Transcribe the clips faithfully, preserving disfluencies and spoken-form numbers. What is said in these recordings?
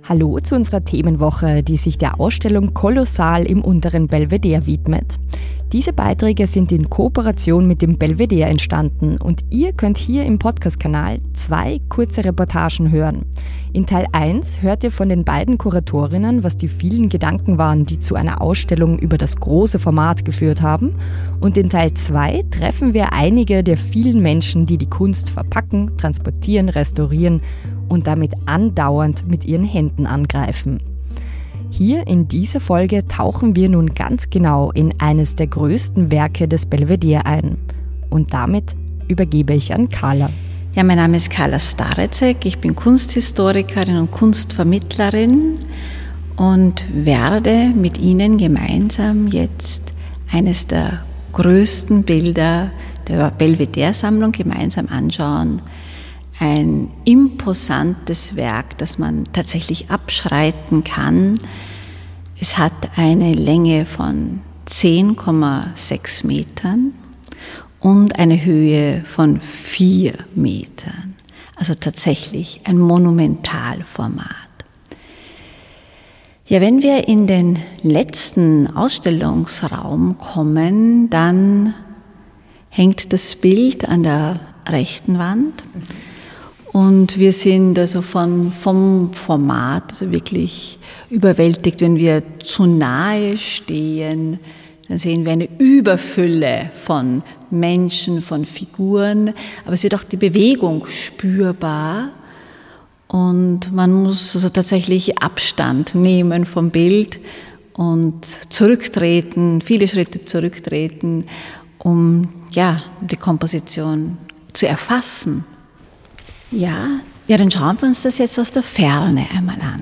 Hallo zu unserer Themenwoche, die sich der Ausstellung Kolossal im unteren Belvedere widmet. Diese Beiträge sind in Kooperation mit dem Belvedere entstanden und ihr könnt hier im Podcast-Kanal zwei kurze Reportagen hören. In Teil eins hört ihr von den beiden Kuratorinnen, was die vielen Gedanken waren, die zu einer Ausstellung über das große Format geführt haben. Und in Teil zwei treffen wir einige der vielen Menschen, die die Kunst verpacken, transportieren, restaurieren und damit andauernd mit ihren Händen angreifen. Hier in dieser Folge tauchen wir nun ganz genau in eines der größten Werke des Belvedere ein. Und damit übergebe ich an Carla. Ja, mein Name ist Carla Starecek, ich bin Kunsthistorikerin und Kunstvermittlerin und werde mit Ihnen gemeinsam jetzt eines der größten Bilder der Belvedere-Sammlung gemeinsam anschauen. Ein imposantes Werk, das man tatsächlich abschreiten kann. Es hat eine Länge von zehn Komma sechs Metern und eine Höhe von vier Metern. Also tatsächlich ein Monumentalformat. Ja, wenn wir in den letzten Ausstellungsraum kommen, dann hängt das Bild an der rechten Wand. Und wir sind also von, vom Format also wirklich überwältigt. Wenn wir zu nahe stehen, dann sehen wir eine Überfülle von Menschen, von Figuren. Aber es wird auch die Bewegung spürbar. Und man muss also tatsächlich Abstand nehmen vom Bild und zurücktreten, viele Schritte zurücktreten, um ja, die Komposition zu erfassen. Ja, ja, dann schauen wir uns das jetzt aus der Ferne einmal an.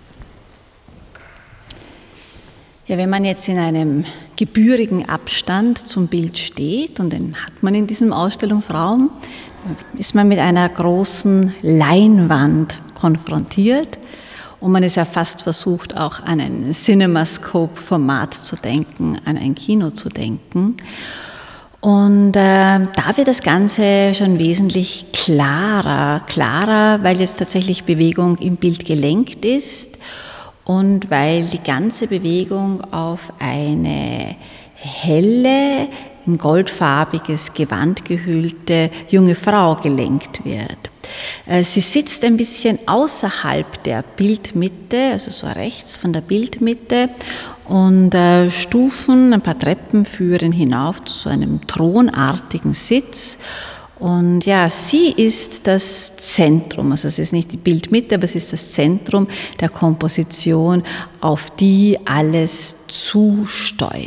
Ja, wenn man jetzt in einem gebührigen Abstand zum Bild steht, und den hat man in diesem Ausstellungsraum, ist man mit einer großen Leinwand konfrontiert und man ist ja fast versucht, auch an ein CinemaScope-Format zu denken, an ein Kino zu denken. Und äh, da wird das Ganze schon wesentlich klarer, klarer, weil jetzt tatsächlich Bewegung im Bild gelenkt ist und weil die ganze Bewegung auf eine helle, in goldfarbiges Gewand gehüllte junge Frau gelenkt wird. Äh, sie sitzt ein bisschen außerhalb der Bildmitte, also so rechts von der Bildmitte. Und äh, Stufen, ein paar Treppen führen hinauf zu so einem thronartigen Sitz. Und ja, sie ist das Zentrum, also es ist nicht die Bildmitte, aber es ist das Zentrum der Komposition, auf die alles zusteuert.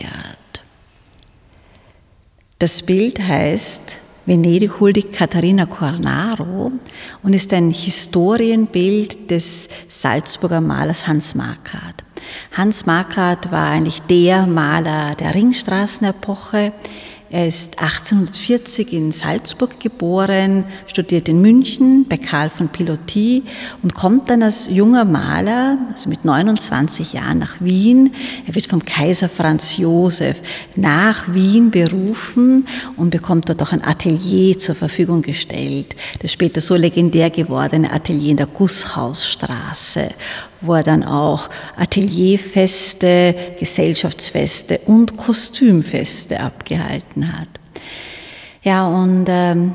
Das Bild heißt Venedig huldigt Katharina Cornaro und ist ein Historienbild des Salzburger Malers Hans Marquardt. Hans Marquardt war eigentlich der Maler der Ringstraßenepoche. Er ist achtzehnhundertvierzig in Salzburg geboren, studiert in München bei Karl von Piloty und kommt dann als junger Maler, also mit neunundzwanzig Jahren, nach Wien. Er wird vom Kaiser Franz Josef nach Wien berufen und bekommt dort auch ein Atelier zur Verfügung gestellt. Das später so legendär gewordene Atelier in der Gusshausstraße, wo er dann auch Atelierfeste, Gesellschaftsfeste und Kostümfeste abgehalten hat. Ja, und ähm,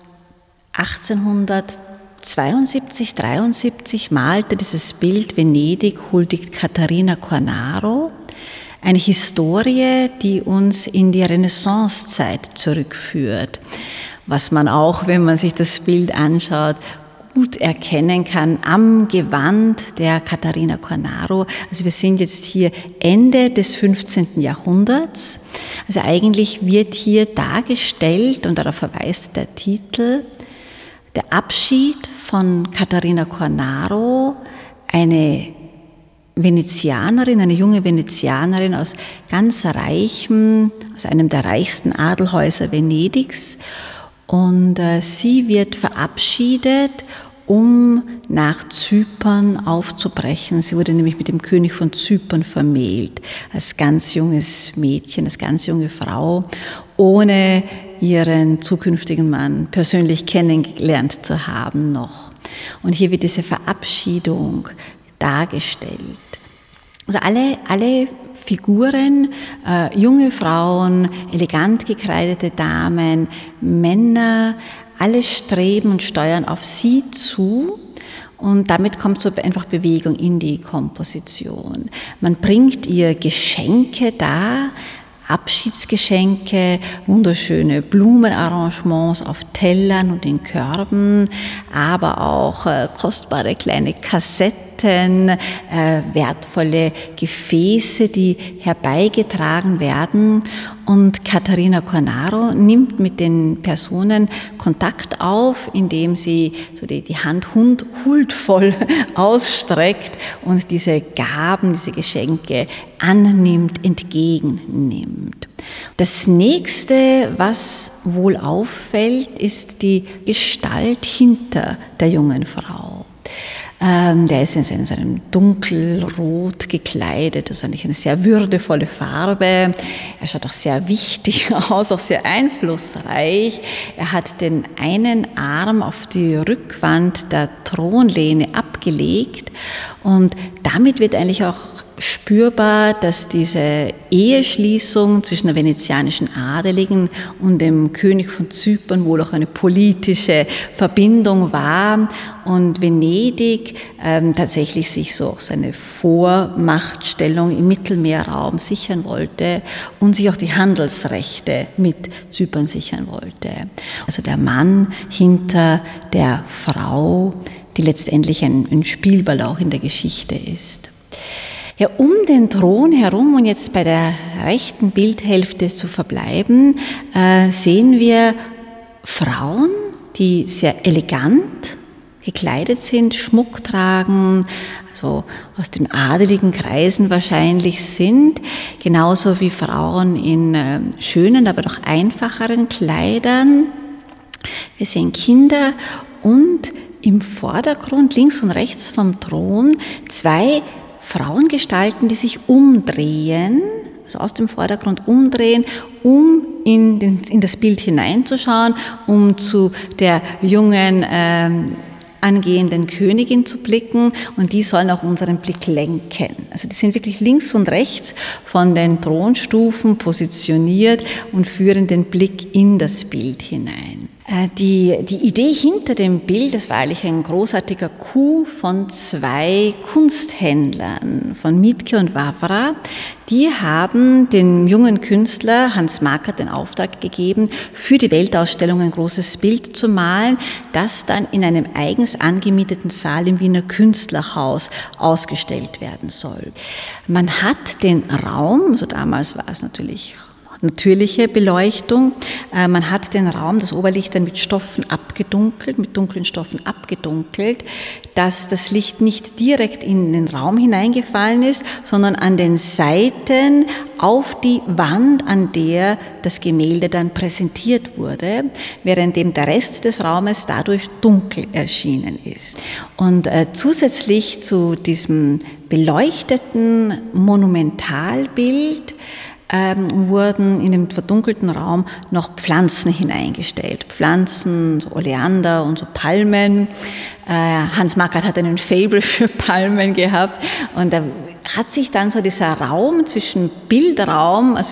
achtzehnhundertzweiundsiebzig, dreiundsiebzig malte dieses Bild Venedig huldigt Katharina Cornaro, eine Historie, die uns in die Renaissancezeit zurückführt, was man auch, wenn man sich das Bild anschaut, gut erkennen kann am Gewand der Katharina Cornaro. Also wir sind jetzt hier Ende des fünfzehnten Jahrhunderts. Also eigentlich wird hier dargestellt, und darauf verweist der Titel, der Abschied von Katharina Cornaro, eine Venezianerin, eine junge Venezianerin aus ganz reichem, aus einem der reichsten Adelhäuser Venedigs. Und äh, sie wird verabschiedet, um nach Zypern aufzubrechen. Sie wurde nämlich mit dem König von Zypern vermählt, als ganz junges Mädchen, als ganz junge Frau, ohne ihren zukünftigen Mann persönlich kennengelernt zu haben noch. Und hier wird diese Verabschiedung dargestellt. Also alle, alle Figuren, äh, junge Frauen, elegant gekleidete Damen, Männer, alle streben und steuern auf sie zu. Und damit kommt so einfach Bewegung in die Komposition. Man bringt ihr Geschenke dar, Abschiedsgeschenke, wunderschöne Blumenarrangements auf Tellern und in Körben, aber auch äh, kostbare kleine Kassetten, äh, wertvolle Gefäße, die herbeigetragen werden. Und Katharina Cornaro nimmt mit den Personen Kontakt auf, indem sie so die, die Hand hund, huldvoll ausstreckt und diese Gaben, diese Geschenke annimmt, entgegennimmt. Das nächste, was wohl auffällt, ist die Gestalt hinter der jungen Frau. Ähm, der ist in seinem dunkelrot gekleidet, also eigentlich eine sehr würdevolle Farbe. Er schaut auch sehr wichtig aus, auch sehr einflussreich. Er hat den einen Arm auf die Rückwand der Thronlehne abgelegt und damit wird eigentlich auch spürbar, dass diese Eheschließung zwischen der venezianischen Adeligen und dem König von Zypern wohl auch eine politische Verbindung war und Venedig ähm, tatsächlich sich so auch seine Vormachtstellung im Mittelmeerraum sichern wollte und sich auch die Handelsrechte mit Zypern sichern wollte. Also der Mann hinter der Frau, die letztendlich ein, ein Spielball auch in der Geschichte ist. Ja, um den Thron herum und jetzt bei der rechten Bildhälfte zu verbleiben, äh, sehen wir Frauen, die sehr elegant gekleidet sind, Schmuck tragen, also aus den adeligen Kreisen wahrscheinlich sind, genauso wie Frauen in äh, schönen, aber doch einfacheren Kleidern. Wir sehen Kinder und im Vordergrund, links und rechts vom Thron, zwei Frauengestalten, die sich umdrehen, also aus dem Vordergrund umdrehen, um in, den, in das Bild hineinzuschauen, um zu der jungen ähm, angehenden Königin zu blicken und die sollen auch unseren Blick lenken. Also die sind wirklich links und rechts von den Thronstufen positioniert und führen den Blick in das Bild hinein. Die, die Idee hinter dem Bild, das war eigentlich ein großartiger Coup von zwei Kunsthändlern, von Mietke und Wawra. Die haben dem jungen Künstler Hans Markert den Auftrag gegeben, für die Weltausstellung ein großes Bild zu malen, das dann in einem eigens angemieteten Saal im Wiener Künstlerhaus ausgestellt werden soll. Man hat den Raum, also damals war es natürlich natürliche Beleuchtung. Man hat den Raum, das Oberlicht dann mit Stoffen abgedunkelt, mit dunklen Stoffen abgedunkelt, dass das Licht nicht direkt in den Raum hineingefallen ist, sondern an den Seiten auf die Wand, an der das Gemälde dann präsentiert wurde, währenddem der Rest des Raumes dadurch dunkel erschienen ist. Und äh, zusätzlich zu diesem beleuchteten Monumentalbild Ähm, wurden in dem verdunkelten Raum noch Pflanzen hineingestellt. Pflanzen, so Oleander und so Palmen. Äh, Hans Markert hat einen Faible für Palmen gehabt und da hat sich dann so dieser Raum zwischen Bildraum, also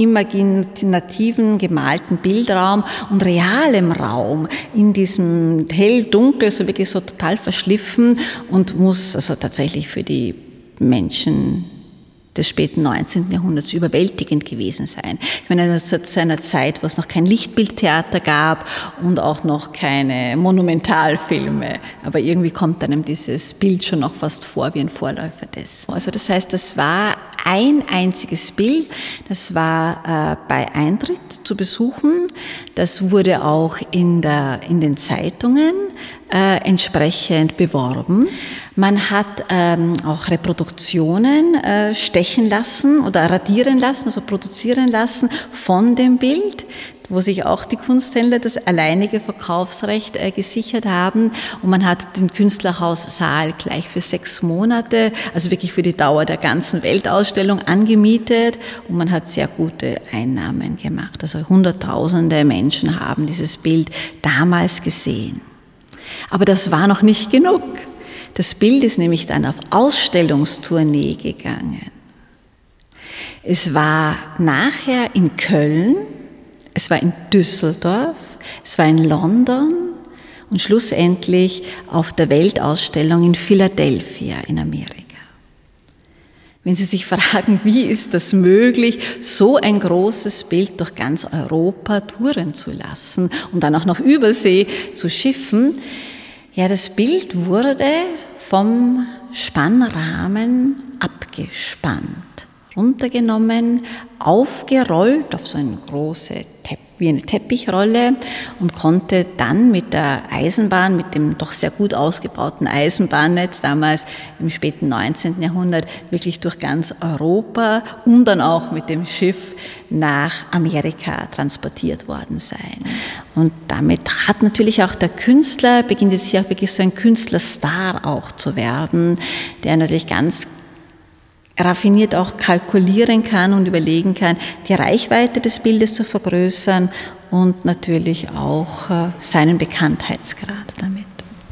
imaginativen, gemalten Bildraum und realem Raum in diesem hell-dunkel so wirklich so total verschliffen und muss also tatsächlich für die Menschen des späten neunzehnten Jahrhunderts überwältigend gewesen sein. Ich meine, zu einer Zeit, wo es noch kein Lichtbildtheater gab und auch noch keine Monumentalfilme, aber irgendwie kommt einem dieses Bild schon noch fast vor wie ein Vorläufer des. Also das heißt, das war ein einziges Bild, das war äh, bei Eintritt zu besuchen, das wurde auch in, der, in den Zeitungen äh, entsprechend beworben. Man hat ähm, auch Reproduktionen äh, stechen lassen oder radieren lassen, also produzieren lassen von dem Bild, wo sich auch die Kunsthändler das alleinige Verkaufsrecht äh, gesichert haben. Und man hat den Künstlerhaussaal gleich für sechs Monate, also wirklich für die Dauer der ganzen Weltausstellung angemietet. Und man hat sehr gute Einnahmen gemacht. Also hunderttausende Menschen haben dieses Bild damals gesehen. Aber das war noch nicht genug. Das Bild ist nämlich dann auf Ausstellungstournee gegangen. Es war nachher in Köln, es war in Düsseldorf, es war in London und schlussendlich auf der Weltausstellung in Philadelphia in Amerika. Wenn Sie sich fragen, wie ist das möglich, so ein großes Bild durch ganz Europa touren zu lassen und dann auch noch Übersee zu schiffen, ja, das Bild wurde vom Spannrahmen abgespannt, runtergenommen, aufgerollt auf so eine große Teppich, wie eine Teppichrolle und konnte dann mit der Eisenbahn, mit dem doch sehr gut ausgebauten Eisenbahnnetz damals im späten neunzehnten Jahrhundert wirklich durch ganz Europa und dann auch mit dem Schiff nach Amerika transportiert worden sein. Und damit hat natürlich auch der Künstler, beginnt jetzt hier auch wirklich so ein Künstlerstar auch zu werden, der natürlich ganz raffiniert auch kalkulieren kann und überlegen kann, die Reichweite des Bildes zu vergrößern und natürlich auch äh, seinen Bekanntheitsgrad damit.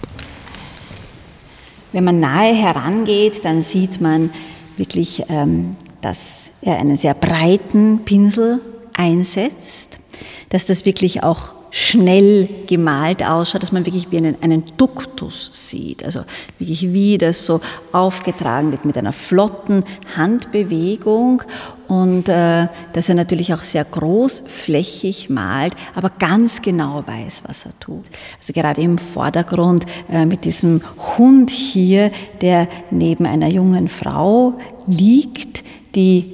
Wenn man nahe herangeht, dann sieht man wirklich, ähm, dass er einen sehr breiten Pinsel einsetzt, dass das wirklich auch schnell gemalt ausschaut, dass man wirklich wie einen, einen Duktus sieht, also wirklich wie das so aufgetragen wird mit einer flotten Handbewegung und äh, dass er natürlich auch sehr großflächig malt, aber ganz genau weiß, was er tut. Also gerade im Vordergrund äh, mit diesem Hund hier, der neben einer jungen Frau liegt, die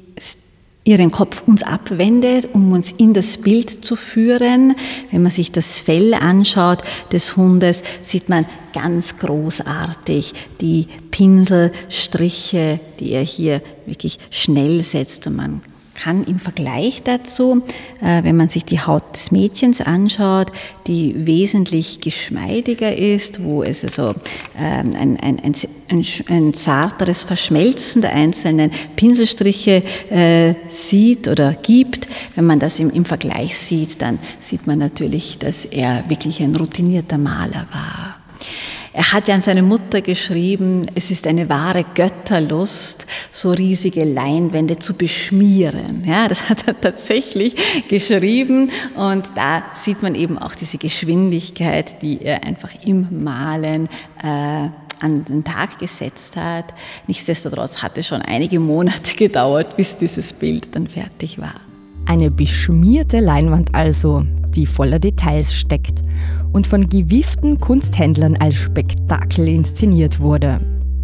ihren Kopf uns abwendet, um uns in das Bild zu führen. Wenn man sich das Fell anschaut des Hundes, sieht man ganz großartig die Pinselstriche, die er hier wirklich schnell setzt. Und man kann im Vergleich dazu, wenn man sich die Haut des Mädchens anschaut, die wesentlich geschmeidiger ist, wo es also ein, ein, ein, ein, ein zarteres Verschmelzen der einzelnen Pinselstriche äh, sieht oder gibt. Wenn man das im, im Vergleich sieht, dann sieht man natürlich, dass er wirklich ein routinierter Maler war. Er hat ja an seine Mutter geschrieben, es ist eine wahre Götterlust, so riesige Leinwände zu beschmieren. Ja, das hat er tatsächlich geschrieben und da sieht man eben auch diese Geschwindigkeit, die er einfach im Malen äh, an den Tag gesetzt hat. Nichtsdestotrotz hat es schon einige Monate gedauert, bis dieses Bild dann fertig war. Eine beschmierte Leinwand also, die voller Details steckt und von gewieften Kunsthändlern als Spektakel inszeniert wurde.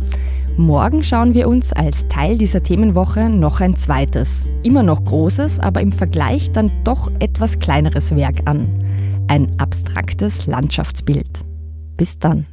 Morgen schauen wir uns als Teil dieser Themenwoche noch ein zweites, immer noch großes, aber im Vergleich dann doch etwas kleineres Werk an. Ein abstraktes Landschaftsbild. Bis dann.